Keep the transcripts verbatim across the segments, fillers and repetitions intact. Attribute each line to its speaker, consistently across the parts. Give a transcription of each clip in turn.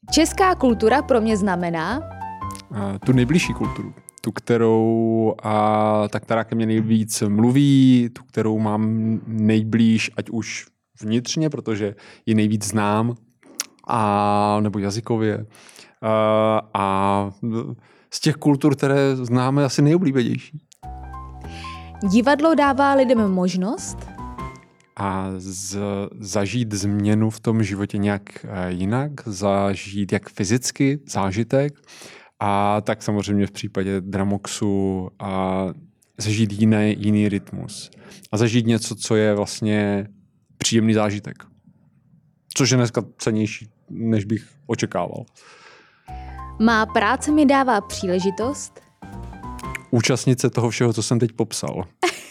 Speaker 1: Česká kultura pro mě znamená?
Speaker 2: A tu nejbližší kulturu. Tu, kterou, a ta, která ke mně nejvíc mluví, tu, kterou mám nejblíž, ať už vnitřně, protože ji nejvíc znám, a, nebo jazykově. A, a z těch kultur, které známe, asi nejoblíbenější.
Speaker 1: Divadlo dává lidem možnost?
Speaker 2: A z, zažít změnu v tom životě nějak jinak, zažít jak fyzicky zážitek, a tak samozřejmě v případě Dramoxu a zažít jiný, jiný rytmus. A zažít něco, co je vlastně příjemný zážitek. Což je dneska cennější, než bych očekával.
Speaker 1: Má práce mi dává příležitost?
Speaker 2: Účastnit se toho všeho, co jsem teď popsal.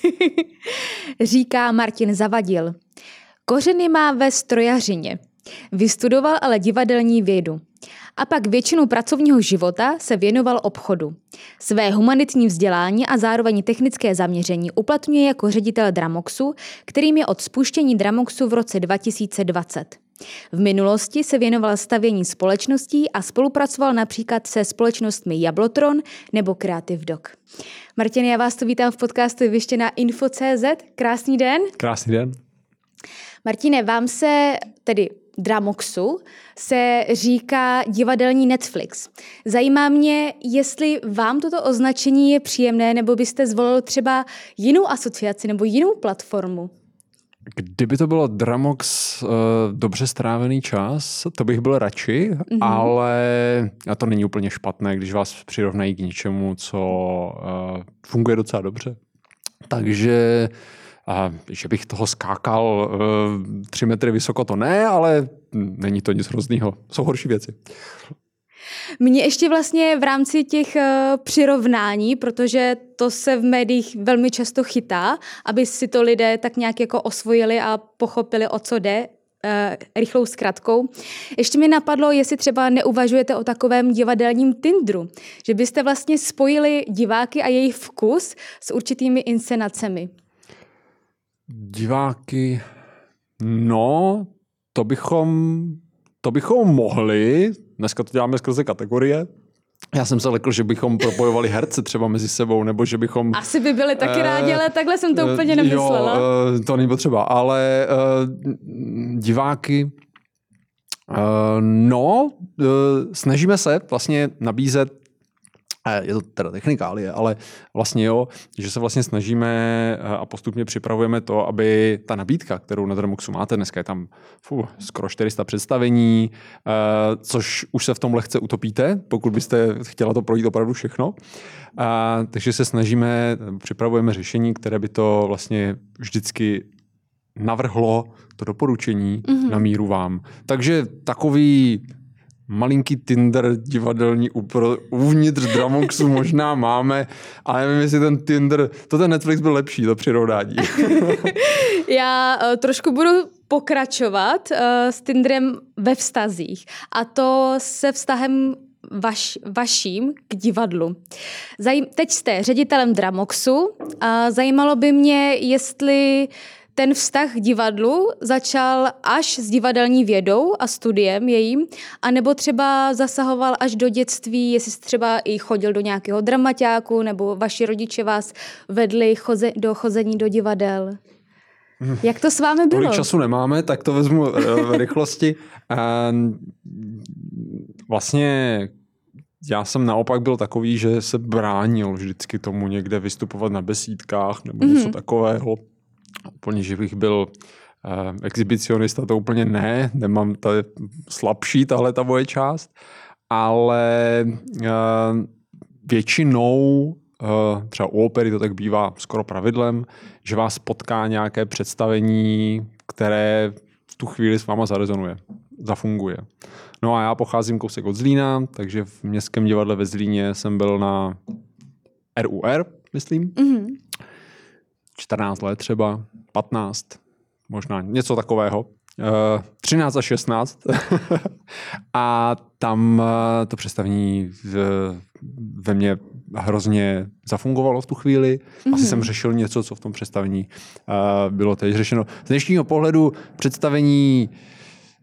Speaker 1: Říká Martin Zavadil. Kořeny má ve strojařině. Vystudoval ale divadelní vědu. A pak většinu pracovního života se věnoval obchodu. Své humanitní vzdělání a zároveň technické zaměření uplatňuje jako ředitel Dramoxu, kterým je od spuštění Dramoxu v roce dva tisíce dvacet. V minulosti se věnoval stavění společností a spolupracoval například se společnostmi Jablotron nebo Creative Dog. Martin, já vás tu vítám v podcastu Vyště na info tečka cé zet. Krásný den.
Speaker 2: Krásný den.
Speaker 1: Martine, vám se tedy Dramoxu se říká divadelní Netflix. Zajímá mě, jestli vám toto označení je příjemné, nebo byste zvolil třeba jinou asociaci nebo jinou platformu.
Speaker 2: Kdyby to bylo Dramox uh, dobře strávený čas, to bych byl radši, mm-hmm. ale a to není úplně špatné, když vás přirovnají k něčemu, co uh, funguje docela dobře. Takže a že bych toho skákal uh, tři metry vysoko, to ne, ale není to nic hroznýho. Jsou horší věci.
Speaker 1: Mně ještě vlastně v rámci těch uh, přirovnání, protože to se v médiích velmi často chytá, aby si to lidé tak nějak jako osvojili a pochopili, o co jde, uh, rychlou zkratkou. Ještě mi napadlo, jestli třeba neuvažujete o takovém divadelním Tinderu, že byste vlastně spojili diváky a jejich vkus s určitými inscenacemi.
Speaker 2: Diváky, no, to bychom, to bychom mohli, dneska to děláme skrze kategorie. Já jsem se lekl, že bychom propojovali herce třeba mezi sebou, nebo že bychom...
Speaker 1: Asi by byli taky uh, rádi, ale takhle jsem to úplně nemyslela.
Speaker 2: Jo, uh, to není potřeba, ale uh, diváky, uh, no, uh, snažíme se vlastně nabízet, je to teda technikálie, ale vlastně jo, že se vlastně snažíme a postupně připravujeme to, aby ta nabídka, kterou na Dramoxu máte, dneska je tam fuh, skoro čtyři sta představení, což už se v tom lehce utopíte, pokud byste chtěla to projít opravdu všechno. Takže se snažíme, připravujeme řešení, které by to vlastně vždycky navrhlo to doporučení mm-hmm. na míru vám. Takže takový malinký Tinder divadelní upro, uvnitř Dramoxu možná máme, ale nevím, jestli ten Tinder, to ten Netflix byl lepší, to přirovnání.
Speaker 1: Já uh, trošku budu pokračovat uh, s Tinderem ve vztazích, a to se vztahem vaš, vaším k divadlu. Zajím, teď jste ředitelem Dramoxu a zajímalo by mě, jestli ten vztah k divadlu začal až s divadelní vědou a studiem jejím, anebo třeba zasahoval až do dětství, jestli jste třeba i chodil do nějakého dramaťáku, nebo vaši rodiče vás vedli choze, do chození do divadel. Jak to s vámi bylo?
Speaker 2: Tolik času nemáme, tak to vezmu v rychlosti. Vlastně já jsem naopak byl takový, že se bránil vždycky tomu někde vystupovat na besídkách nebo něco mm-hmm. takového. Úplně, že bych byl uh, exhibicionista, to úplně ne, nemám tady slabší tahle ta moje část, ale uh, většinou, uh, třeba u opery to tak bývá skoro pravidlem, že vás potká nějaké představení, které v tu chvíli s váma zarezonuje, zafunguje. No a já pocházím kousek od Zlína, takže v Městském divadle ve Zlíně jsem byl na R U R, myslím. Mm-hmm. čtrnáct let třeba, patnáct, možná něco takového. Uh, třináct a šestnáct. A tam uh, to představení v, ve mně hrozně zafungovalo v tu chvíli. Mm-hmm. Asi jsem řešil něco, co v tom představení uh, bylo teď řešeno. Z dnešního pohledu představení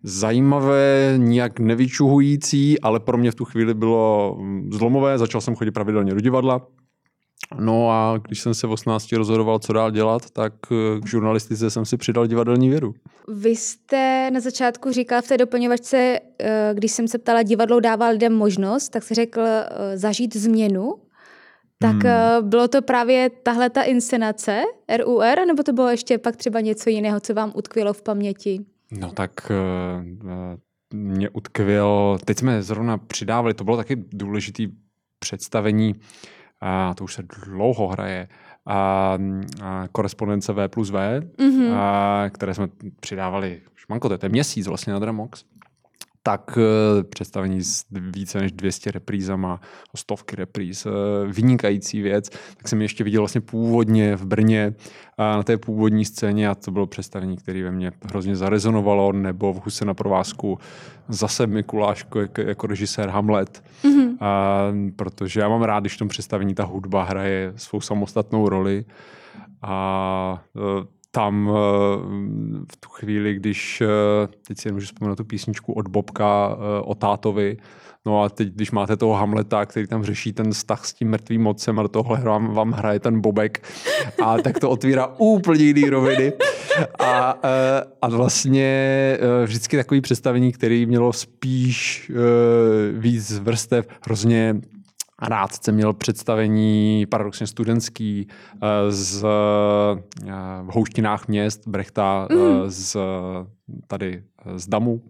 Speaker 2: zajímavé, nijak nevyčuhující, ale pro mě v tu chvíli bylo zlomové. Začal jsem chodit pravidelně do divadla. No a když jsem se v osmnácti rozhodoval, co dál dělat, tak k žurnalistice jsem si přidal divadelní vědu.
Speaker 1: Vy jste na začátku říkal v té doplňovačce, když jsem se ptala, divadlo dává lidem možnost, tak se řekl zažít změnu. Tak hmm. bylo to právě tahle ta inscenace R U R, nebo to bylo ještě pak třeba něco jiného, co vám utkvělo v paměti?
Speaker 2: No tak mě utkvěl, teď jsme zrovna přidávali, to bylo taky důležitý představení, a to už se dlouho hraje, a, a korespondence V plus V, mm-hmm. a, které jsme přidávali, šmanko, to je měsíc vlastně na Dramox, tak uh, představení s více než dvě stě reprízama, stovky repríz, uh, vynikající věc, tak jsem ještě viděl vlastně původně v Brně uh, na té původní scéně a to bylo představení, které ve mně hrozně zarezonovalo, nebo v Huse na provázku zase Mikuláško jako, jako režisér Hamlet, mm-hmm. uh, protože já mám rád, když v tom představení ta hudba hraje svou samostatnou roli a uh, tam v tu chvíli, když, teď si nemůžu vzpomenout tu písničku od Bobka o tátovi, no a teď, když máte toho Hamleta, který tam řeší ten vztah s tím mrtvým otcem a do toho vám, vám hraje ten Bobek, a tak to otvírá úplně jiný roviny. A, a vlastně vždycky takový představení, který mělo spíš víc vrstev, hrozně rád jsem měl představení paradoxně studentský z, v Houštinách měst Brechta mm. z, tady z Damu.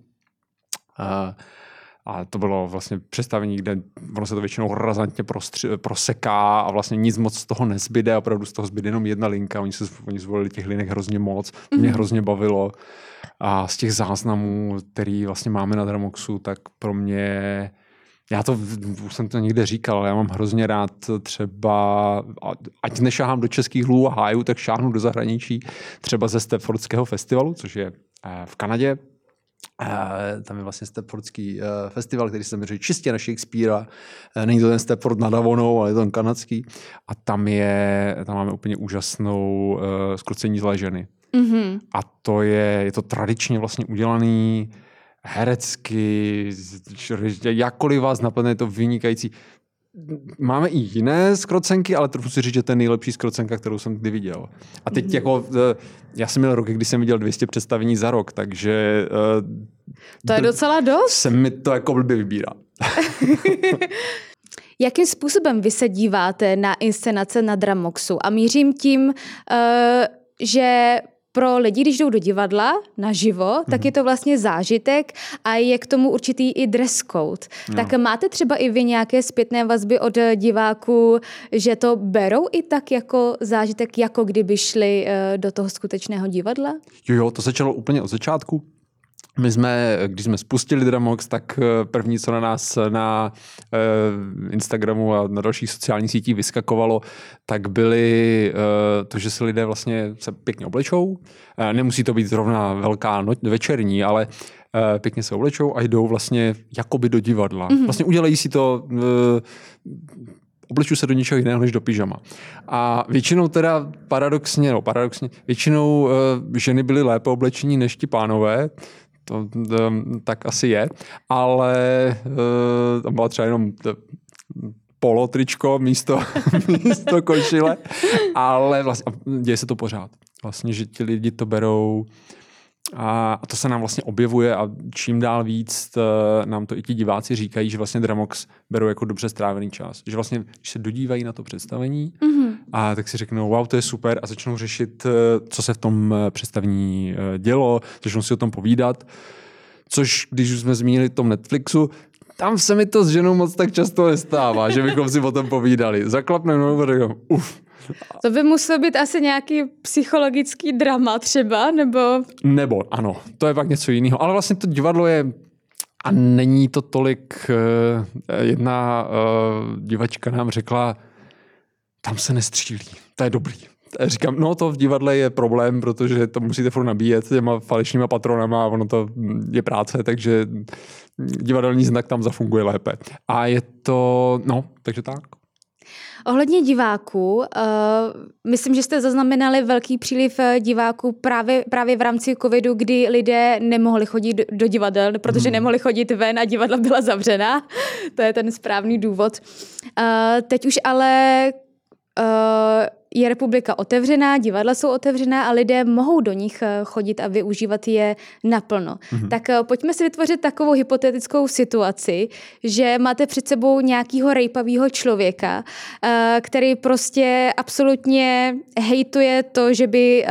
Speaker 2: A to bylo vlastně představení, kde ono se to většinou razantně prostři, proseká a vlastně nic moc z toho nezbyde, opravdu z toho zbyde jenom jedna linka. Oni se oni zvolili těch linek hrozně moc, mm. mě hrozně bavilo. A z těch záznamů, který vlastně máme na Dramoxu, tak pro mě... Já to, už jsem to někde říkal, ale já mám hrozně rád třeba, ať nešáhám do českých lů a hájů, tak šáhnu do zahraničí, třeba ze Stepfordského festivalu, což je v Kanadě. Tam je vlastně Stepfordský festival, který se měří čistě na Shakespearea. Není to ten Stepford nad Avonou, ale je to ten kanadský. A tam, je, tam máme úplně úžasnou Zkrucení zlé ženy. Mm-hmm. A to je, je to tradičně vlastně udělaný herecky, jakkoliv vás napadne, je to vynikající. Máme i jiné zkrocenky, ale trochu si říct, že to je nejlepší zkrocenka, kterou jsem kdy viděl. A teď mm. jako, já jsem měl roky, kdy jsem viděl dvě stě představení za rok, takže...
Speaker 1: To je docela dost.
Speaker 2: Se mi to jako blbě vybírá.
Speaker 1: Jakým způsobem vy se díváte na inscenace na Dramoxu? A mířím tím, že... Pro lidi, když jdou do divadla naživo, mm. tak je to vlastně zážitek a je k tomu určitý i dress code. No. Tak máte třeba i vy nějaké zpětné vazby od diváků, že to berou i tak jako zážitek, jako kdyby šli do toho skutečného divadla?
Speaker 2: Jo, jo, to začalo úplně od začátku. My jsme, když jsme spustili Dramox, tak první, co na nás na Instagramu a na dalších sociálních sítích vyskakovalo, tak byly to, že se lidé vlastně se pěkně oblečou. Nemusí to být zrovna velká noc, večerní, ale pěkně se oblečou a jdou vlastně jakoby do divadla. Mm-hmm. Vlastně udělají si to... obleču se do něčeho jiného než do pyžama. A většinou teda paradoxně, no paradoxně, většinou uh, ženy byly lépe oblečení než ti pánové, to, to tak asi je, ale uh, tam byla třeba jenom to, polo tričko místo, místo košile, ale vlastně děje se to pořád. Vlastně, že ti lidi to berou a to se nám vlastně objevuje a čím dál víc t, nám to i ti diváci říkají, že vlastně Dramox berou jako dobře strávený čas. Že vlastně, když se dodívají na to představení, mm-hmm. a tak si řeknou, wow, to je super a začnou řešit, co se v tom představení dělo, začnou si o tom povídat. Což, když už jsme zmínili tom Netflixu, tam se mi to s ženou moc tak často nestává, že bychom si o tom povídali. Zaklapneme a říkám, uf.
Speaker 1: To by muselo být asi nějaký psychologický drama třeba, nebo...
Speaker 2: Nebo, ano, to je pak něco jiného. Ale vlastně to divadlo je... A není to tolik... Jedna divačka nám řekla, tam se nestřílí, to je dobrý. Já říkám, no to v divadle je problém, protože to musíte furt nabíjet těma falešnýma patronama a ono to je práce, takže divadelní znak tam zafunguje lépe. A je to... No, takže tak.
Speaker 1: Ohledně diváků, uh, myslím, že jste zaznamenali velký příliv diváků právě, právě v rámci covidu, kdy lidé nemohli chodit do, do divadel, protože hmm. nemohli chodit ven a divadla byla zavřená. To je ten správný důvod. Uh, teď už ale uh, je republika otevřená, divadla jsou otevřená a lidé mohou do nich chodit a využívat je naplno. Mm-hmm. Tak pojďme si vytvořit takovou hypotetickou situaci, že máte před sebou nějakého rejpavého člověka, který prostě absolutně hejtuje to, že by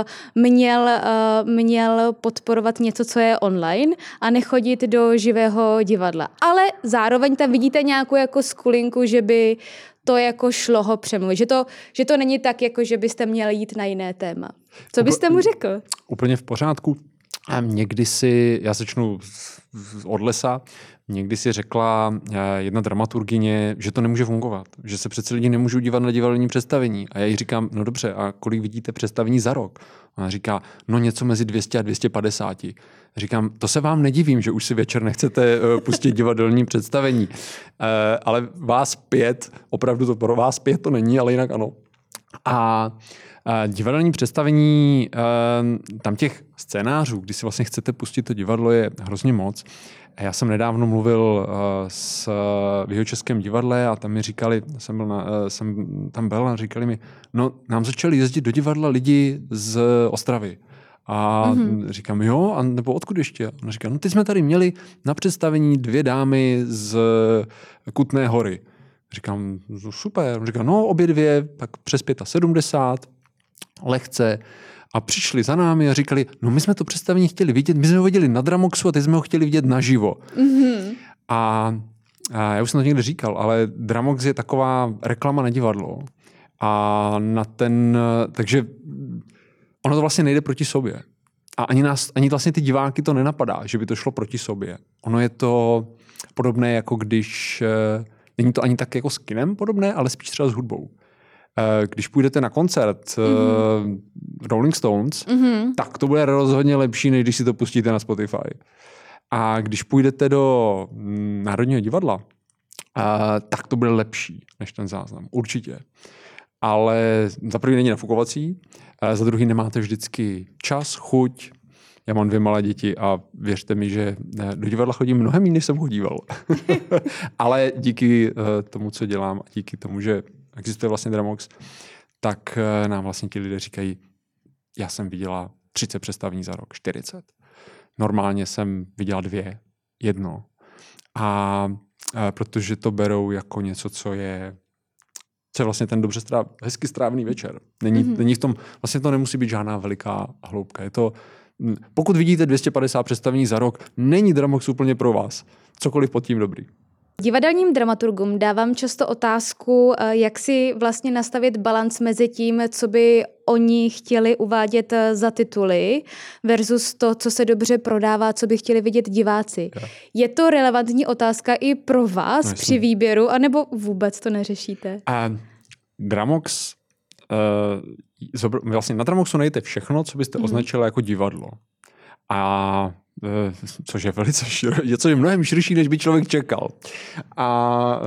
Speaker 1: měl, měl podporovat něco, co je online a nechodit do živého divadla. Ale zároveň tam vidíte nějakou jako skulinku, že by to jako šlo ho přemluvit. Že to, že to není tak, jako že byste měli jít na jiné téma. Co byste mu řekl?
Speaker 2: Úplně v pořádku. A někdy si, já začnu od lesa, někdy si řekla jedna dramaturgyně, že to nemůže fungovat. Že se přece lidi nemůžou dívat na divadelní představení. A já jí říkám, no dobře, a kolik vidíte představení za rok? A ona říká, no něco mezi dvě stě a dvě stě padesát. Říkám, to se vám nedivím, že už si večer nechcete uh, pustit divadelní představení. Uh, ale vás pět, opravdu to pro vás pět to není, ale jinak ano. A uh, divadelní představení, uh, tam těch scénářů, kdy si vlastně chcete pustit to divadlo, je hrozně moc. Já jsem nedávno mluvil uh, s v Jihočeském divadle a tam mi říkali, jsem, byl na, uh, jsem tam byl a říkali mi, no nám začali jezdit do divadla lidi z Ostravy. A mm-hmm. říkám, jo, a nebo odkud ještě? On říká, no teď jsme tady měli na představení dvě dámy z Kutné Hory. Říkám, no, super. On říká, no obě dvě, tak přes sedmdesát pět, lehce. A přišli za námi a říkali, no my jsme to představení chtěli vidět, my jsme ho viděli na Dramoxu a teď jsme ho chtěli vidět naživo. Mm-hmm. A, a já už jsem to někde říkal, ale Dramox je taková reklama na divadlo. A na ten, takže ono to vlastně nejde proti sobě. A ani, nás, ani vlastně ty diváky to nenapadá, že by to šlo proti sobě. Ono je to podobné, jako když, není to ani tak jako s kinem podobné, ale spíš třeba s hudbou. Když půjdete na koncert mm-hmm. Rolling Stones, mm-hmm. tak to bude rozhodně lepší, než když si to pustíte na Spotify. A když půjdete do Národního divadla, tak to bude lepší než ten záznam. Určitě. Ale za první není nafukovací, za druhý nemáte vždycky čas, chuť. Já mám dvě malé děti a věřte mi, že do divadla chodím mnohem méně, než jsem chodíval. Ale díky tomu, co dělám a díky tomu, že existuje vlastně Dramox, tak nám vlastně ti lidé říkají, já jsem viděla třicet představení za rok, čtyřicet. Normálně jsem viděla dvě, jedno. A, a protože to berou jako něco, co je co je vlastně ten dobře stráv, hezky strávený večer. Není, mm-hmm. není v tom, vlastně to nemusí být žádná veliká hloubka. Je to, pokud vidíte dvě stě padesát představení za rok, není Dramox úplně pro vás. Cokoliv pod tím dobrý.
Speaker 1: Divadelním dramaturgům dávám často otázku, jak si vlastně nastavit balanc mezi tím, co by oni chtěli uvádět za tituly versus to, co se dobře prodává, co by chtěli vidět diváci. Ja. Je to relevantní otázka i pro vás no, při výběru, anebo vůbec to neřešíte?
Speaker 2: A Dramox, uh, vlastně na Dramoxu najdete všechno, co byste mm. označili jako divadlo. A což je velice širší, co je mnohem širší, než by člověk čekal. A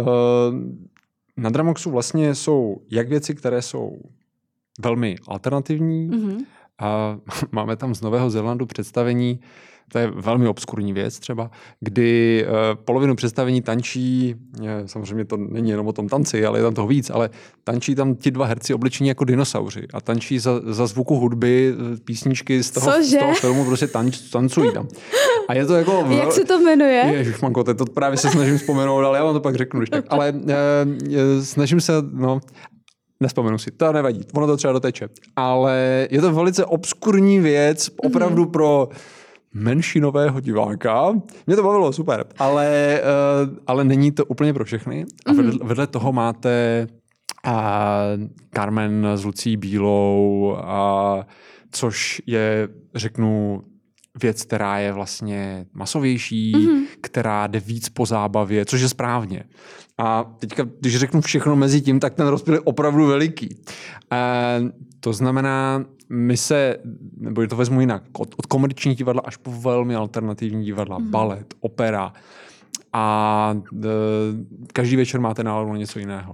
Speaker 2: na Dramoxu vlastně jsou jak věci, které jsou velmi alternativní. Mm-hmm. A máme tam z Nového Zélandu představení, to je velmi obskurní věc třeba, kdy uh, polovinu představení tančí, je, samozřejmě to není jenom o tom tanci, ale je tam toho víc, ale tančí tam ti dva herci oblečení jako dinosauři a tančí za, za zvuku hudby písničky z toho, z toho filmu, prostě tanč, tancují tam. A je to jako...
Speaker 1: Jak se to jmenuje?
Speaker 2: Ježišmanko, to právě se snažím vzpomenout, ale já vám to pak řeknu, když tak. Ale uh, snažím se, no... Nespomenu si, to nevadí, ono to třeba doteče. Ale je to velice obskurní věc, opravdu mm-hmm. pro menšinového diváka. Mě to bavilo, super. Ale, uh, ale není to úplně pro všechny. A vedle, mm-hmm. vedle toho máte uh, Carmen s Lucí Bílou, uh, což je, řeknu, věc, která je vlastně masovější, mm-hmm. která jde víc po zábavě, což je správně. A teďka, když řeknu všechno mezi tím, tak ten rozptyl je opravdu veliký. E, to znamená, my se, nebo to vezmu jinak, od, od komerčních divadla až po velmi alternativní divadla, mm-hmm. balet, opera. A e, každý večer máte náladu na něco jiného.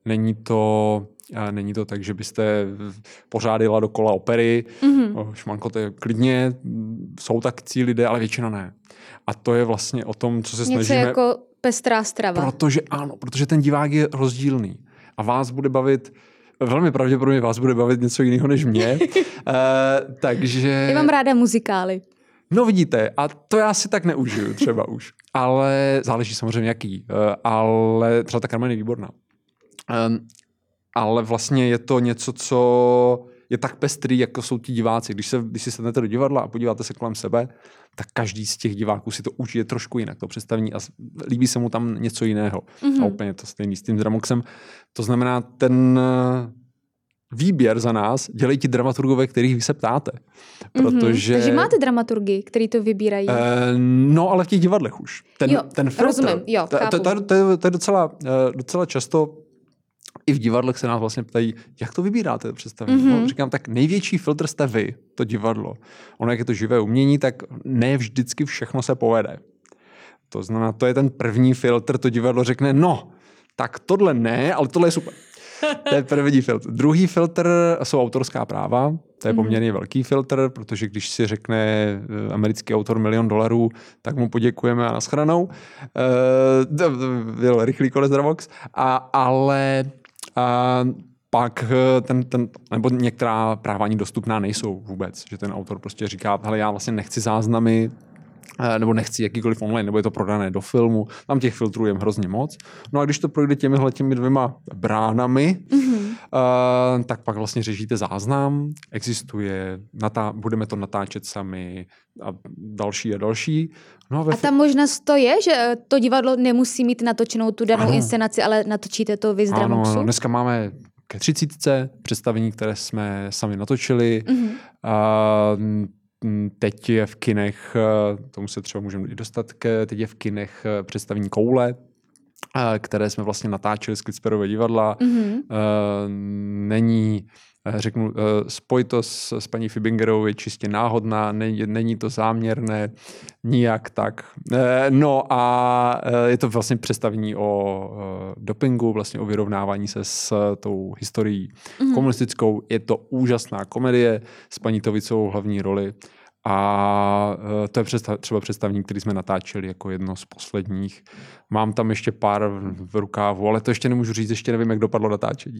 Speaker 2: není to, není to tak, že byste pořádila dokola opery, mm-hmm. šmankote klidně, jsou tací lidé, ale většina ne. A to je vlastně o tom, co se
Speaker 1: Něco
Speaker 2: snažíme...
Speaker 1: Něco jako pestrá strava.
Speaker 2: Protože ano, protože ten divák je rozdílný. A vás bude bavit, velmi pravděpodobně vás bude bavit něco jiného než mě. uh, takže...
Speaker 1: Já mám ráda muzikály.
Speaker 2: No vidíte, a to já si tak neužiju třeba už. Ale záleží samozřejmě jaký. Uh, ale třeba ta Carmen je výborná. Um, ale vlastně je to něco, co je tak pestrý, jako jsou ti diváci. Když, se, když si sednete do divadla a podíváte se kolem sebe, tak každý z těch diváků si to užije trošku jinak, to představení, a líbí se mu tam něco jiného. Mm-hmm. A úplně to stejný s tím Dramoxem. To znamená, ten výběr za nás dělají ti dramaturgové, kterých vy se ptáte. Protože...
Speaker 1: Mm-hmm. Takže máte dramaturgy, který to vybírají? Uh,
Speaker 2: no, ale v těch divadlech už. Ten,
Speaker 1: jo,
Speaker 2: ten filtr,
Speaker 1: rozumím, jo, chápu.
Speaker 2: To, to, to, to je docela, docela často i v divadlech se nás vlastně ptají, jak to vybíráte představení. Mm-hmm. No, říkám, tak největší filtr jste vy, to divadlo. Ono, jak je to živé umění, tak ne vždycky všechno se povede. To znamená, to je ten první filtr, to divadlo řekne, no, tak tohle ne, ale tohle je super. To je první filtr. Druhý filtr jsou autorská práva. To je poměrně velký filtr, protože když si řekne americký autor milion dolarů, tak mu poděkujeme a nashledanou. Uh, byl rychlý konec Dramox. A, ale a pak ten, ten, nebo některá práva ani dostupná nejsou vůbec. Že ten autor prostě říká, hele, já vlastně nechci záznamy, nebo nechci jakýkoliv online, nebo je to prodané do filmu. Tam těch filtrů je hrozně moc. No a když to projde těmihle těmi dvěma bránami, mm-hmm. uh, tak pak vlastně řešíte záznam, existuje, natá- budeme to natáčet sami a další a další. No a, ve
Speaker 1: a ta možnost to je, že to divadlo nemusí mít natočenou tu danou ano. inscenaci, ale natočíte to vy z Dramoxu?
Speaker 2: Ano, dneska máme ke třicítce představení, které jsme sami natočili. Mm-hmm. Uh, Teď je v kinech, tomu se třeba můžeme i dostat, teď je v kinech představení Koule, které jsme vlastně natáčeli z Klitsperova divadla. Mm-hmm. Není, řeknu, spojitost s paní Fibingerovou je čistě náhodná, není, není to záměrné, nijak tak. No a je to vlastně představení o dopingu, vlastně o vyrovnávání se s tou historií mm-hmm. komunistickou. Je to úžasná komedie s paní Tovicovou hlavní roli. A to je představ, třeba představení, který jsme natáčeli jako jedno z posledních. Mám tam ještě pár v rukávu, ale to ještě nemůžu říct, ještě nevím, jak dopadlo natáčení.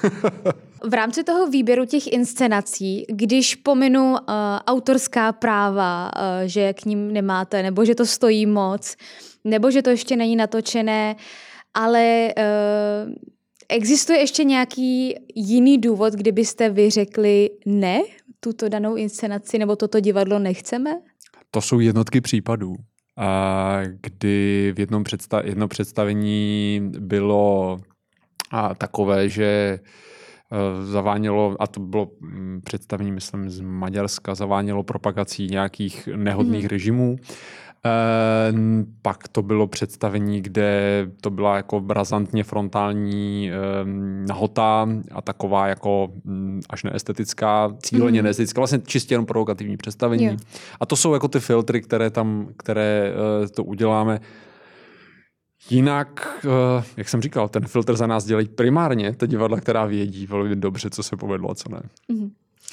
Speaker 1: V rámci toho výběru těch inscenací, když pominu uh, autorská práva, uh, že k ním nemáte, nebo že to stojí moc, nebo že to ještě není natočené, ale uh, existuje ještě nějaký jiný důvod, kdybyste vy řekli ne, tuto danou inscenaci, nebo toto divadlo nechceme?
Speaker 2: To jsou jednotky případů, a kdy v jednom představ, jedno představení bylo a, takové, že a, zavánělo, a to bylo m, představení, myslím, z Maďarska, zavánělo propagací nějakých nehodných mm. režimů. E, pak to bylo představení, kde to byla jako razantně frontální e, nahota a taková jako m, až neestetická, cíleně mm. neestetická, vlastně čistě jenom provokativní představení. Yeah. A to jsou jako ty filtry, které tam, které e, to uděláme. Jinak, e, jak jsem říkal, ten filtr za nás dělají primárně ta divadla, která vědí velmi dobře, co se povedlo a co ne. Mm.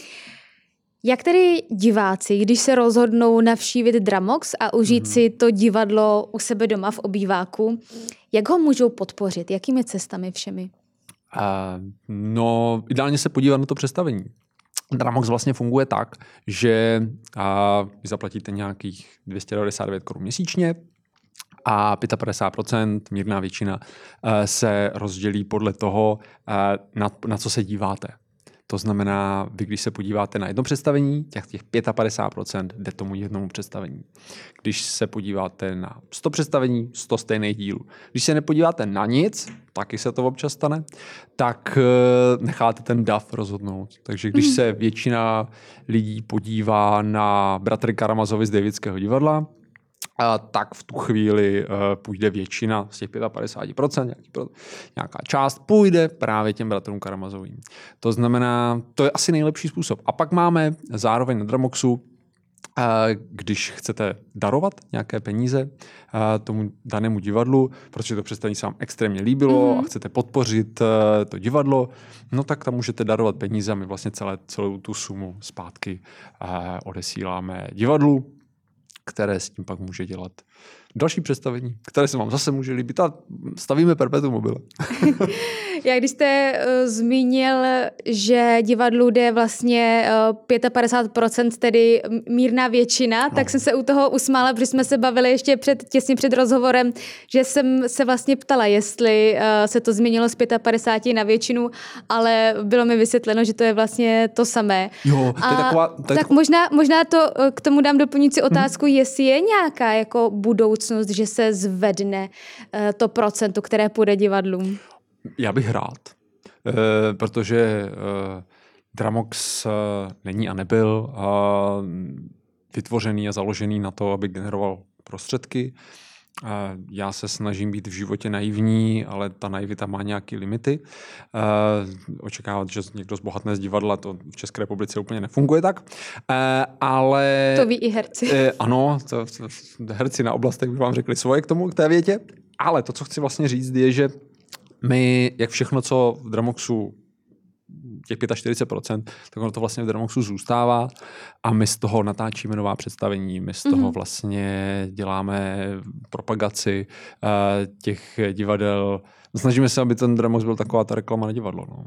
Speaker 1: Jak tedy diváci, když se rozhodnou navštívit Dramox a užít mm-hmm. si to divadlo u sebe doma v obýváku, jak ho můžou podpořit? Jakými cestami všemi?
Speaker 2: Uh, no, ideálně se podívat na to představení. Dramox vlastně funguje tak, že uh, vy zaplatíte nějakých dvě stě devadesát devět korun měsíčně a padesát pět procent, mírná většina, uh, se rozdělí podle toho, uh, na, na co se díváte. To znamená, vy když se podíváte na jedno představení, těch, těch padesát pět procent jde tomu jednomu představení. Když se podíváte na sto představení, sto stejných dílů. Když se nepodíváte na nic, taky se to občas stane, tak necháte ten dav rozhodnout. Takže když se většina lidí podívá na Bratry Karamazovi z Davidského divadla, a tak v tu chvíli uh, půjde většina z těch padesát pět procent, nějaký pro, nějaká část půjde právě těm bratrům Karamazovým. To znamená, to je asi nejlepší způsob. A pak máme zároveň na Dramoxu když chcete darovat nějaké peníze tomu danému divadlu, protože to představení se vám extrémně líbilo mm-hmm. a chcete podpořit to divadlo, no tak tam můžete darovat peníze a my vlastně celé, celou tu sumu zpátky odesíláme divadlu, které s tím pak může dělat další představení, které se vám zase může líbit a stavíme perpetuum mobile.
Speaker 1: Já když jste uh, zmínil, že divadlu jde vlastně uh, padesát pět procent, tedy mírná většina, no. tak jsem se u toho usmála, protože jsme se bavili ještě před, těsně před rozhovorem, že jsem se vlastně ptala, jestli uh, se to změnilo z padesát pět na většinu, ale bylo mi vysvětleno, že to je vlastně to samé.
Speaker 2: Jo, to je taková, to je
Speaker 1: tak
Speaker 2: taková...
Speaker 1: možná, možná to uh, k tomu dám doplňující otázku, hmm. jestli je nějaká jako budoucnost, že se zvedne uh, to procento, které půjde divadlům.
Speaker 2: Já bych rád, uh, protože uh, Dramox uh, není a nebyl uh, vytvořený a založený na to, aby generoval prostředky. Uh, já se snažím být v životě naivní, ale ta naivita má nějaké limity. Uh, očekávat, že někdo zbohatne z divadla, to v České republice úplně nefunguje tak. Uh, ale...
Speaker 1: To ví i herci.
Speaker 2: Uh, ano, to, to, herci na oblastech by vám řekli svoje k tomu, k té větě. Ale to, co chci vlastně říct, je, že my, jak všechno, co v Dramoxu, těch čtyřicet pět procent, tak ono to vlastně v Dramoxu zůstává a my z toho natáčíme nová představení, my z toho mm-hmm. vlastně děláme propagaci uh, těch divadel. Snažíme se, aby ten Dramox byl taková ta reklama na divadlo. No.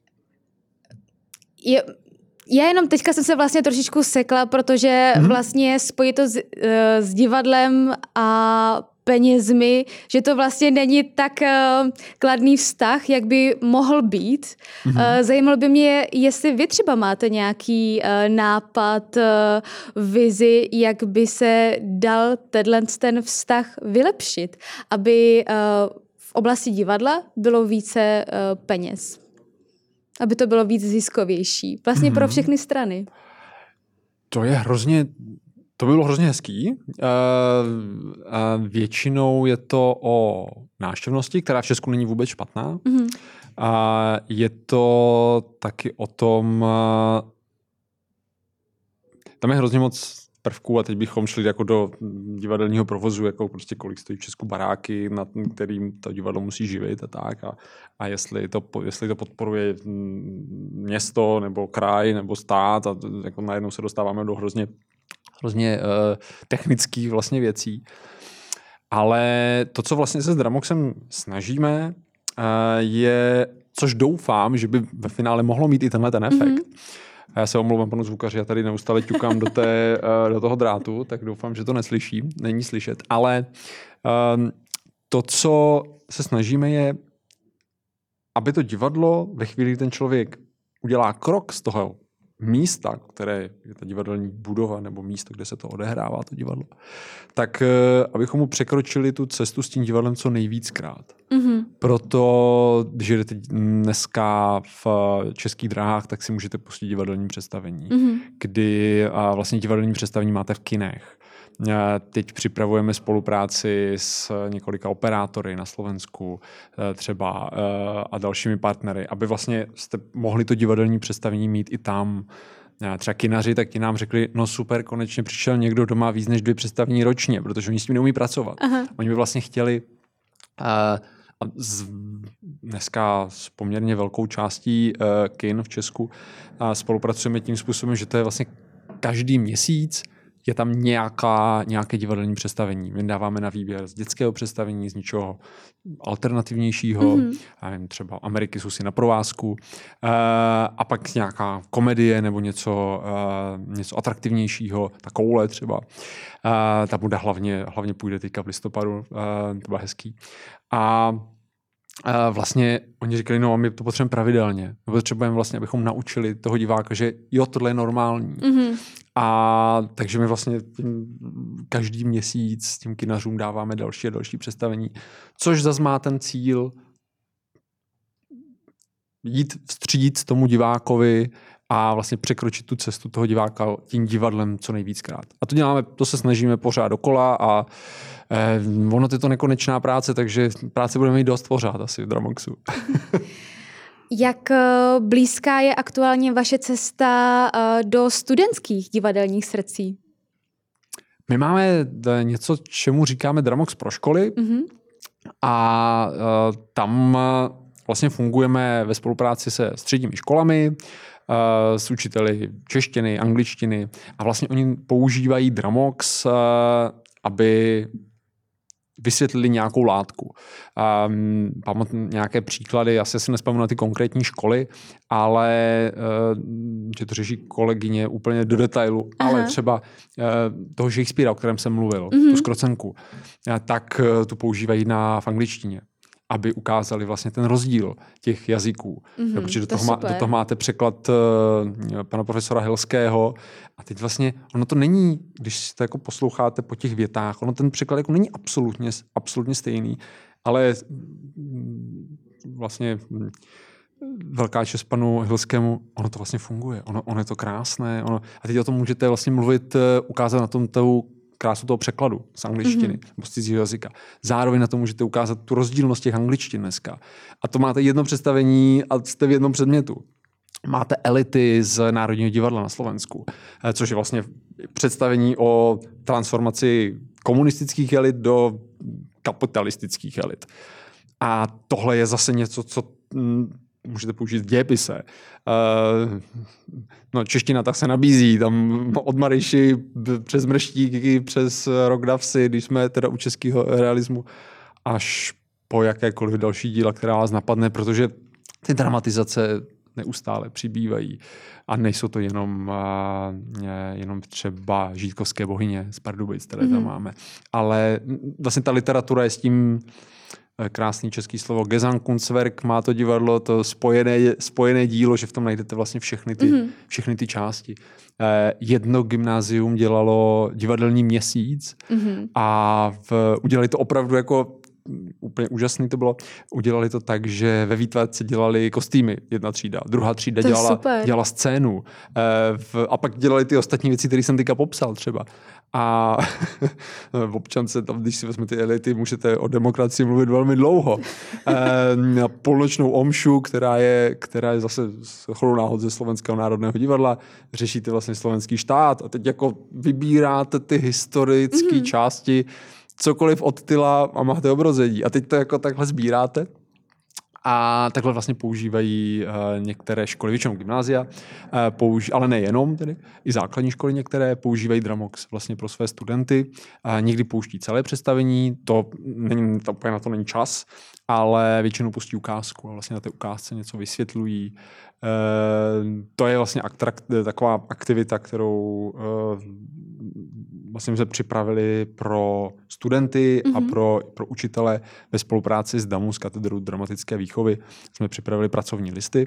Speaker 1: Je... Já jenom teďka jsem se vlastně trošičku sekla, protože mm-hmm. vlastně spojit to s, uh, s divadlem a penězmi, že to vlastně není tak uh, kladný vztah, jak by mohl být. Mm-hmm. Uh, zajímalo by mě, jestli vy třeba máte nějaký uh, nápad, uh, vizi, jak by se dal tenhle ten vztah vylepšit, aby uh, v oblasti divadla bylo více uh, peněz. Aby to bylo víc ziskovější. Vlastně mm-hmm. pro všechny strany.
Speaker 2: To je hrozně... To by bylo hrozně hezký. Většinou je to o návštěvnosti, která v Česku není vůbec špatná. Mm-hmm. Je to taky o tom... Tam je hrozně moc prvků a teď bychom šli jako do divadelního provozu, jako prostě kolik stojí v Česku baráky, nad kterým to divadlo musí živit a tak. A, a jestli, to, jestli to podporuje město nebo kraj nebo stát a jako najednou se dostáváme do hrozně hrozně uh, technických vlastně věcí. Ale to, co vlastně se s Dramoxem snažíme, uh, je, což doufám, že by ve finále mohlo mít i tenhle ten efekt. Mm-hmm. Já se omlouvám panu zvukaři, já tady neustále ťukám do, té, uh, do toho drátu, tak doufám, že to neslyší, není slyšet. Ale uh, to, co se snažíme, je, aby to divadlo ve chvíli, kdy ten člověk udělá krok z toho místa, které je ta divadelní budova nebo místo, kde se to odehrává, to divadlo, tak abychom mu překročili tu cestu s tím divadlem co nejvíckrát. Mm-hmm. Proto, když jdete dneska v Českých dráhách, tak si můžete pustit divadelní představení, mm-hmm. kdy vlastně divadelní představení máte v kinech. Teď připravujeme spolupráci s několika operátory na Slovensku třeba a dalšími partnery, aby vlastně jste mohli to divadelní představení mít i tam. Třeba kinaři, tak ti nám řekli, no super, konečně přišel někdo, kdo má víc než dvě představení ročně, protože oni s tím neumí pracovat. Aha. Oni by vlastně chtěli a z, dneska s poměrně velkou částí kin v Česku spolupracujeme tím způsobem, že to je vlastně každý měsíc je tam nějaká, nějaké divadelní představení. My dáváme na výběr z dětského představení, z něčeho alternativnějšího, mm-hmm. já nevím, třeba Ameriky jsou si na provázku, uh, a pak nějaká komedie nebo něco, uh, něco atraktivnějšího, ta koule třeba. Uh, ta bude hlavně, hlavně půjde teďka v listopadu, uh, to bude hezký. A Uh, vlastně oni říkali, no a my to potřebujeme pravidelně. My potřebujeme vlastně, abychom naučili toho diváka, že jo, tohle je normální. Mm-hmm. A takže my vlastně tím, každý měsíc tím kinařům dáváme další a další představení, což zase má ten cíl jít vstříc tomu divákovi a vlastně překročit tu cestu toho diváka tím divadlem co nejvíckrát. A to děláme, to se snažíme pořád dokola a eh, ono je to nekonečná práce, takže práce budeme mít dost pořád asi v Dramoxu.
Speaker 1: Jak blízká je aktuálně vaše cesta do studentských divadelních srdcí?
Speaker 2: My máme něco, čemu říkáme Dramox pro školy mm-hmm. a uh, tam vlastně fungujeme ve spolupráci se středními školami, uh, s učiteli češtiny, angličtiny a vlastně oni používají Dramox, uh, aby vysvětlili nějakou látku. Um, pamatuju nějaké příklady, asi si nespomenu na ty konkrétní školy, ale uh, že to řeší kolegyně úplně do detailu, Aha. ale třeba uh, toho Shakespearea, o kterém jsem mluvil, mm-hmm. tu zkrocenku, uh, tak uh, tu používají na v angličtině, aby ukázali vlastně ten rozdíl těch jazyků. Mm-hmm, protože do toho, má, do toho máte překlad uh, pana profesora Hilského a teď vlastně ono to není, když to jako posloucháte po těch větách, ono ten překlad jako není absolutně, absolutně stejný, ale vlastně velká čest panu Hilskému, ono to vlastně funguje, ono, ono je to krásné, ono, a teď o tom můžete vlastně mluvit, ukázat na tom tou krásu toho překladu z angličtiny mm-hmm. nebo z cizího jazyka. Zároveň na to můžete ukázat tu rozdílnost těch angličtin dneska. A to máte jedno představení a jste v jednom předmětu. Máte elity z Národního divadla na Slovensku, což je vlastně představení o transformaci komunistických elit do kapitalistických elit. A tohle je zase něco, co můžete použít v dějepise. Uh, no, čeština tak se nabízí, tam od Maryši přes Mrštíky, přes Rok Davsy, když jsme teda u českého realismu, až po jakékoliv další díla, která vás napadne, protože ty dramatizace neustále přibývají a nejsou to jenom, uh, jenom třeba žítkovské bohyně z Pardubic, které mm-hmm. tam máme, ale vlastně ta literatura je s tím krásný český slovo Gesamtkunstwerk, má to divadlo, to spojené, spojené dílo, že v tom najdete vlastně všechny ty, mm-hmm. všechny ty části. Eh, jedno gymnázium dělalo divadelní měsíc mm-hmm. a v, udělali to opravdu jako úplně úžasný to bylo. Udělali to tak, že ve výtvarce dělali kostýmy, jedna třída, druhá třída dělala, dělala scénu eh, v, a pak dělali ty ostatní věci, které jsem teďka popsal třeba. A v občance tam, když si vezmete ty elity, můžete o demokracii mluvit velmi dlouho. Na půlnočnou omšu, která je, která je zase shodou náhod ze Slovenského národného divadla, řešíte vlastně slovenský štát a teď jako vybíráte ty historické mm-hmm. části, cokoliv od tyla a máte obrození. A teď to jako takhle sbíráte. A takhle vlastně používají uh, některé školy, většinou gymnázia, uh, použi- ale nejenom, tedy i základní školy některé používají Dramox vlastně pro své studenty. Uh, někdy pouští celé představení, to, není, to úplně na to není čas, ale většinou pustí ukázku a vlastně na té ukázce něco vysvětlují. Uh, to je vlastně aktrakt, taková aktivita, kterou uh, vlastně se připravili pro studenty mm-hmm. a pro, pro učitele ve spolupráci s DAMU, s katedrou dramatické výchovy. Jsme připravili pracovní listy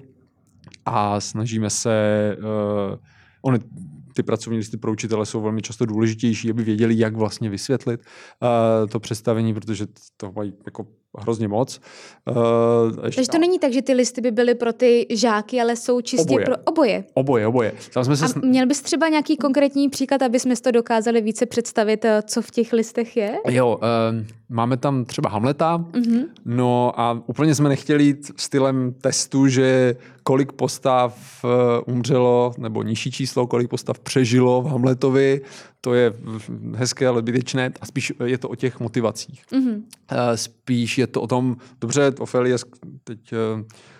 Speaker 2: a snažíme se... Uh, ony, ty pracovní listy pro učitele jsou velmi často důležitější, aby věděli, jak vlastně vysvětlit uh, to představení, protože to mají jako hrozně moc. Uh,
Speaker 1: Takže to není tak, že ty listy by byly pro ty žáky, ale jsou čistě
Speaker 2: oboje.
Speaker 1: pro oboje.
Speaker 2: Oboje, oboje. Tam jsme se...
Speaker 1: A měl bys třeba nějaký konkrétní příklad, aby jsme to dokázali více představit, co v těch listech je?
Speaker 2: Jo, uh, máme tam třeba Hamleta, mm-hmm. no a úplně jsme nechtěli jít stylem testu, že kolik postav uh, umřelo, nebo nižší číslo, kolik postav přežilo v Hamletovi, to je hezké, ale zbytečné, a spíš je to o těch motivacích. Mm-hmm. Uh, spíš je to o tom, dobře, Ofelie, teď uh,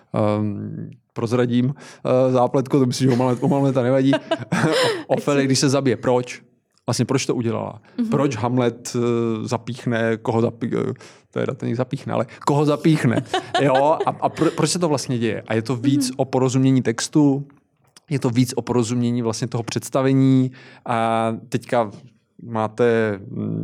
Speaker 2: um, prozradím uh, zápletko, to myslím, že o Hamleta nevadí. Ofelie, když se zabije, proč? Vlastně proč to udělala? Mm-hmm. Proč Hamlet uh, zapíchne, koho zapíchne, to je ten zapíchne, ale koho zapíchne? Jo? A, a pro, proč se to vlastně děje? A je to víc mm-hmm. o porozumění textu, je to víc o porozumění vlastně toho představení. A teďka máte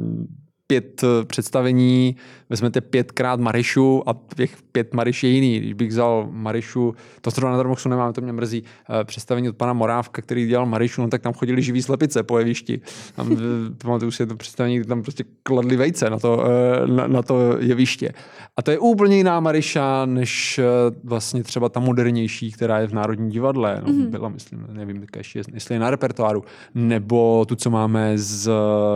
Speaker 2: pět představení, vezmete pětkrát Maryšu a těch pět Maryš je jiný. Když bych vzal Maryšu, to zrovna na Dramoxu nemáme, to mě mrzí, představení od pana Morávka, který dělal Maryšu, no tak tam chodili živí slepice po jevišti. Tam, pamatuju si to představení, kdy tam prostě kladli vejce na to, na, na to jeviště. A to je úplně jiná Maryša, než vlastně třeba ta modernější, která je v Národním divadle. No, mm-hmm. Byla, myslím, nevím, ještě, jestli je na repertoáru. Nebo tu, co máme z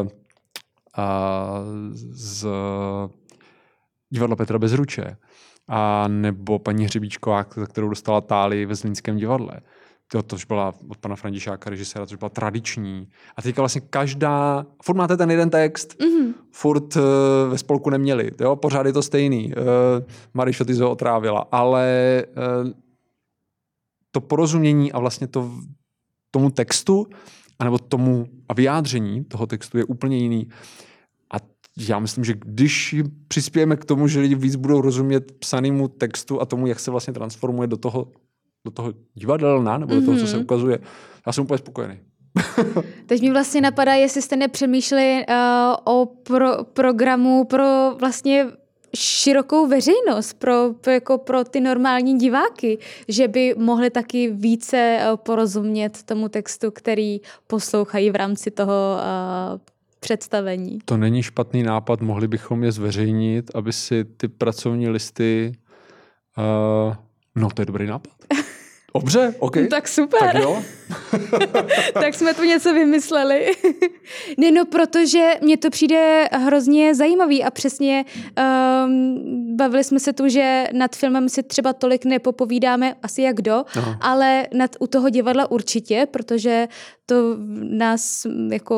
Speaker 2: a z divadla Petra Bezruče a nebo paní Hřebíčková, kterou dostala Tálii ve Zlínském divadle. to, to už byla od pana Františáka, režiséra, to už byla tradiční. A teďka vlastně každá, furt máte ten jeden text, mm-hmm. furt uh, ve spolku neměli, jo? Pořád je to stejný. Uh, Marie Šotyzo otrávila, ale uh, to porozumění a vlastně to tomu textu, anebo tomu a vyjádření toho textu je úplně jiný. A já myslím, že když přispějeme k tomu, že lidi víc budou rozumět psanému textu a tomu, jak se vlastně transformuje do toho, do toho divadelna, nebo do toho, co se ukazuje, já jsem úplně spokojený.
Speaker 1: Teď mi vlastně napadá, jestli jste nepřemýšleli uh, o pro, programu pro vlastně širokou veřejnost, pro, pro, jako pro ty normální diváky, že by mohli taky více uh, porozumět tomu textu, který poslouchají v rámci toho uh, představení.
Speaker 2: To není špatný nápad, mohli bychom je zveřejnit, aby si ty pracovní listy... Uh, no, to je dobrý nápad. Dobře, OK.
Speaker 1: No, tak super.
Speaker 2: Tak jo.
Speaker 1: Tak jsme tu něco vymysleli. Ne, no, protože mně to přijde hrozně zajímavý a přesně um, bavili jsme se tu, že nad filmem si třeba tolik nepopovídáme, asi jak kdo, Aha. ale nad, u toho divadla určitě, protože to nás jako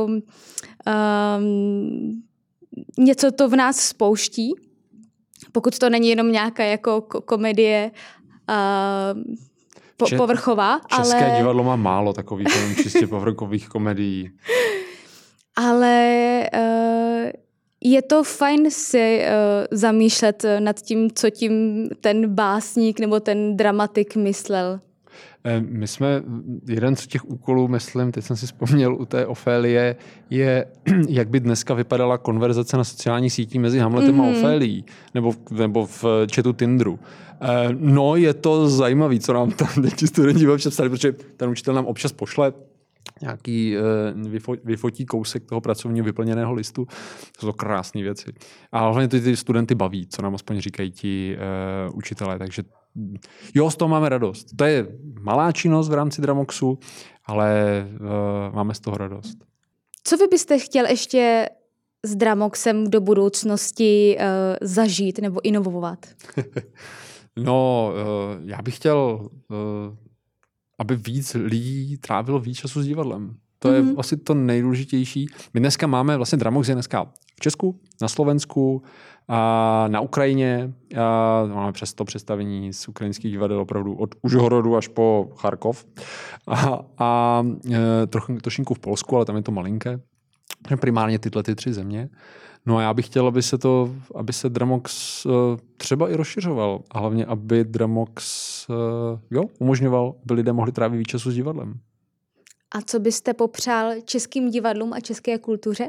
Speaker 1: um, něco to v nás spouští, pokud to není jenom nějaká jako komedie uh, Po, Čet, povrchová,
Speaker 2: České
Speaker 1: ale...
Speaker 2: divadlo má málo takových čistě povrchových komedií.
Speaker 1: Ale uh, je to fajn si uh, zamýšlet nad tím, co tím ten básník nebo ten dramatik myslel.
Speaker 2: My jsme, jeden z těch úkolů, myslím, teď jsem si vzpomněl u té Ofélie, je, jak by dneska vypadala konverzace na sociálních sítích mezi Hamletem mm-hmm. a Ofélií, nebo, nebo v chatu Tinderu. No, je to zajímavé, co nám tam ti studenti občas psali, protože ten učitel nám občas pošle nějaký vyfotí kousek toho pracovního vyplněného listu. To jsou krásné věci. A hlavně ty, ty studenty baví, co nám aspoň říkají ti uh, učitelé. Takže jo, z toho máme radost. To je malá činnost v rámci Dramoxu, ale uh, máme z toho radost.
Speaker 1: Co vy byste chtěl ještě s Dramoxem do budoucnosti uh, zažít nebo inovovat?
Speaker 2: No, uh, já bych chtěl... Uh, aby víc lidí trávilo víc času s divadlem. To je mm-hmm. asi to nejdůležitější. My dneska máme, vlastně Dramox je dneska v Česku, na Slovensku, a na Ukrajině. A máme přes to představení z ukrajinských divadel opravdu od Užhorodu až po Charkov. A, a e, trochu trošinku v Polsku, ale tam je to malinké. Primárně tyhle ty tři země. No a já bych chtěl, aby se to, aby se Dramox uh, třeba i rozšiřoval. A hlavně, aby Dramox uh, jo, umožňoval, aby lidé mohli trávit víc času s divadlem.
Speaker 1: A co byste popřál českým divadlům a české kultuře?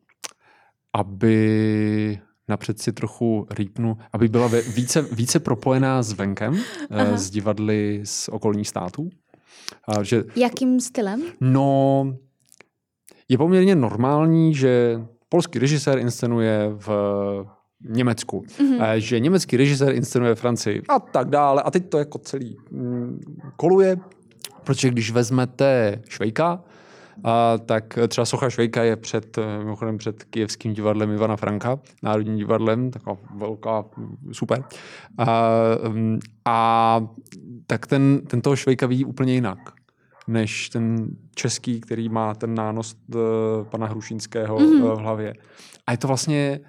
Speaker 2: Aby napřed si trochu rýpnu, aby byla více, více propojená s venkem, uh, s divadly z okolních států. Uh, že,
Speaker 1: Jakým stylem?
Speaker 2: No, je poměrně normální, že polský režisér inscenuje v Německu, mm-hmm. že německý režisér inscenuje v Francii a tak dále. A teď to jako celý koluje, protože když vezmete Švejka, a tak třeba socha Švejka je před, mimochodem před kyjevským divadlem Ivana Franka, Národním divadlem, taková velká, super. A, a tak ten, ten toho Švejka vidí úplně jinak než ten český, který má ten nános uh, pana Hrušínského mm-hmm. v hlavě. A je to vlastně,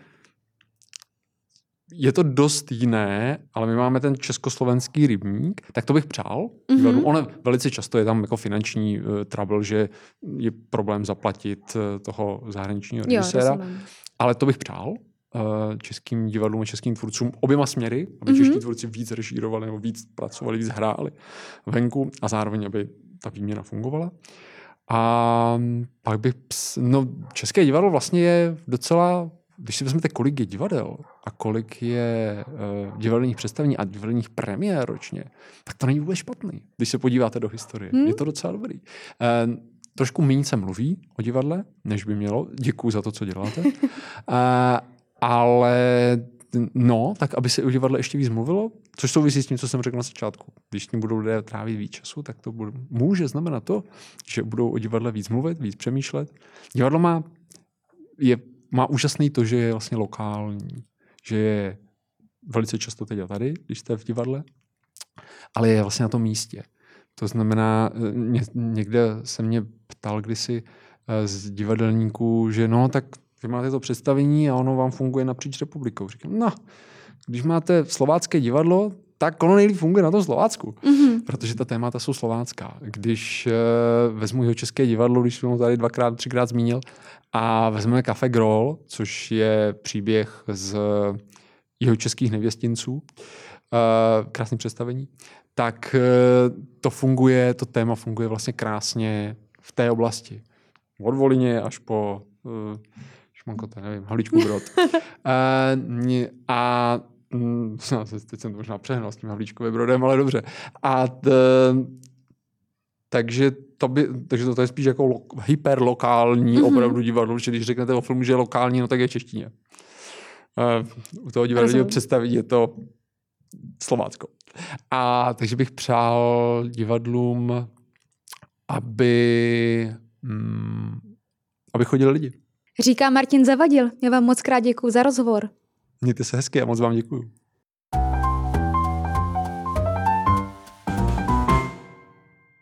Speaker 2: je to dost jiné, ale my máme ten československý rybník, tak to bych přál. Mm-hmm. Ono velice často je tam jako finanční uh, trouble, že je problém zaplatit uh, toho zahraničního režiséra. Ale to bych přál uh, českým divadlům a českým tvůrcům oběma směry, aby mm-hmm. čeští tvůrci víc režírovali nebo víc pracovali, víc hráli venku a zároveň, aby ta výměna fungovala. A pak bych... No, české divadlo vlastně je docela... Když si vezmete, kolik je divadel a kolik je uh, divadelních představení a divadelních premiér ročně, tak to není vůbec špatný, když se podíváte do historie. Hmm. Je to docela dobrý. Uh, trošku méně se mluví o divadle, než by mělo. Děkuju za to, co děláte. uh, ale... No, tak aby se o divadle ještě víc mluvilo, což souvisí s tím, co jsem řekl na začátku. Když s tím budou lidé trávit víc času, tak to bude, může znamenat to, že budou o divadle víc mluvit, víc přemýšlet. Divadlo má, je, má úžasný to, že je vlastně lokální, že je velice často teď a tady, když jste v divadle, ale je vlastně na tom místě. To znamená, ně, někde se mě ptal kdysi z divadelníků, že no, tak vy máte to představení a ono vám funguje napříč republikou. Říkám, no, když máte slovácké divadlo, tak ono nejlíp funguje na tom Slovácku, mm-hmm. protože ta témata jsou slovácká. Když uh, vezmu jeho české divadlo, když jsem ho tady dvakrát, třikrát zmínil, a vezmeme Café Groll, což je příběh z jeho českých nevěstinců, uh, krásné představení, tak uh, to funguje, to téma funguje vlastně krásně v té oblasti. Od Volině až po uh, šmankota, nevím, Havlíčkův Brod. uh, a No, teď jsem to možná přehnal s tím Havlíčkovým Brodem, ale dobře. A t, takže, to by, takže to je spíš jako lo, hyperlokální mm-hmm. opravdu divadlo, že když řeknete o filmu, že je lokální, no tak je češtině. Uh, u toho divadelního představení je to Slovácko. A takže bych přál divadlům, aby, mm, aby chodili lidi.
Speaker 1: Říká Martin Zavadil. Já vám moc krát děkuju za rozhovor.
Speaker 2: Mějte se hezky a moc vám děkuju.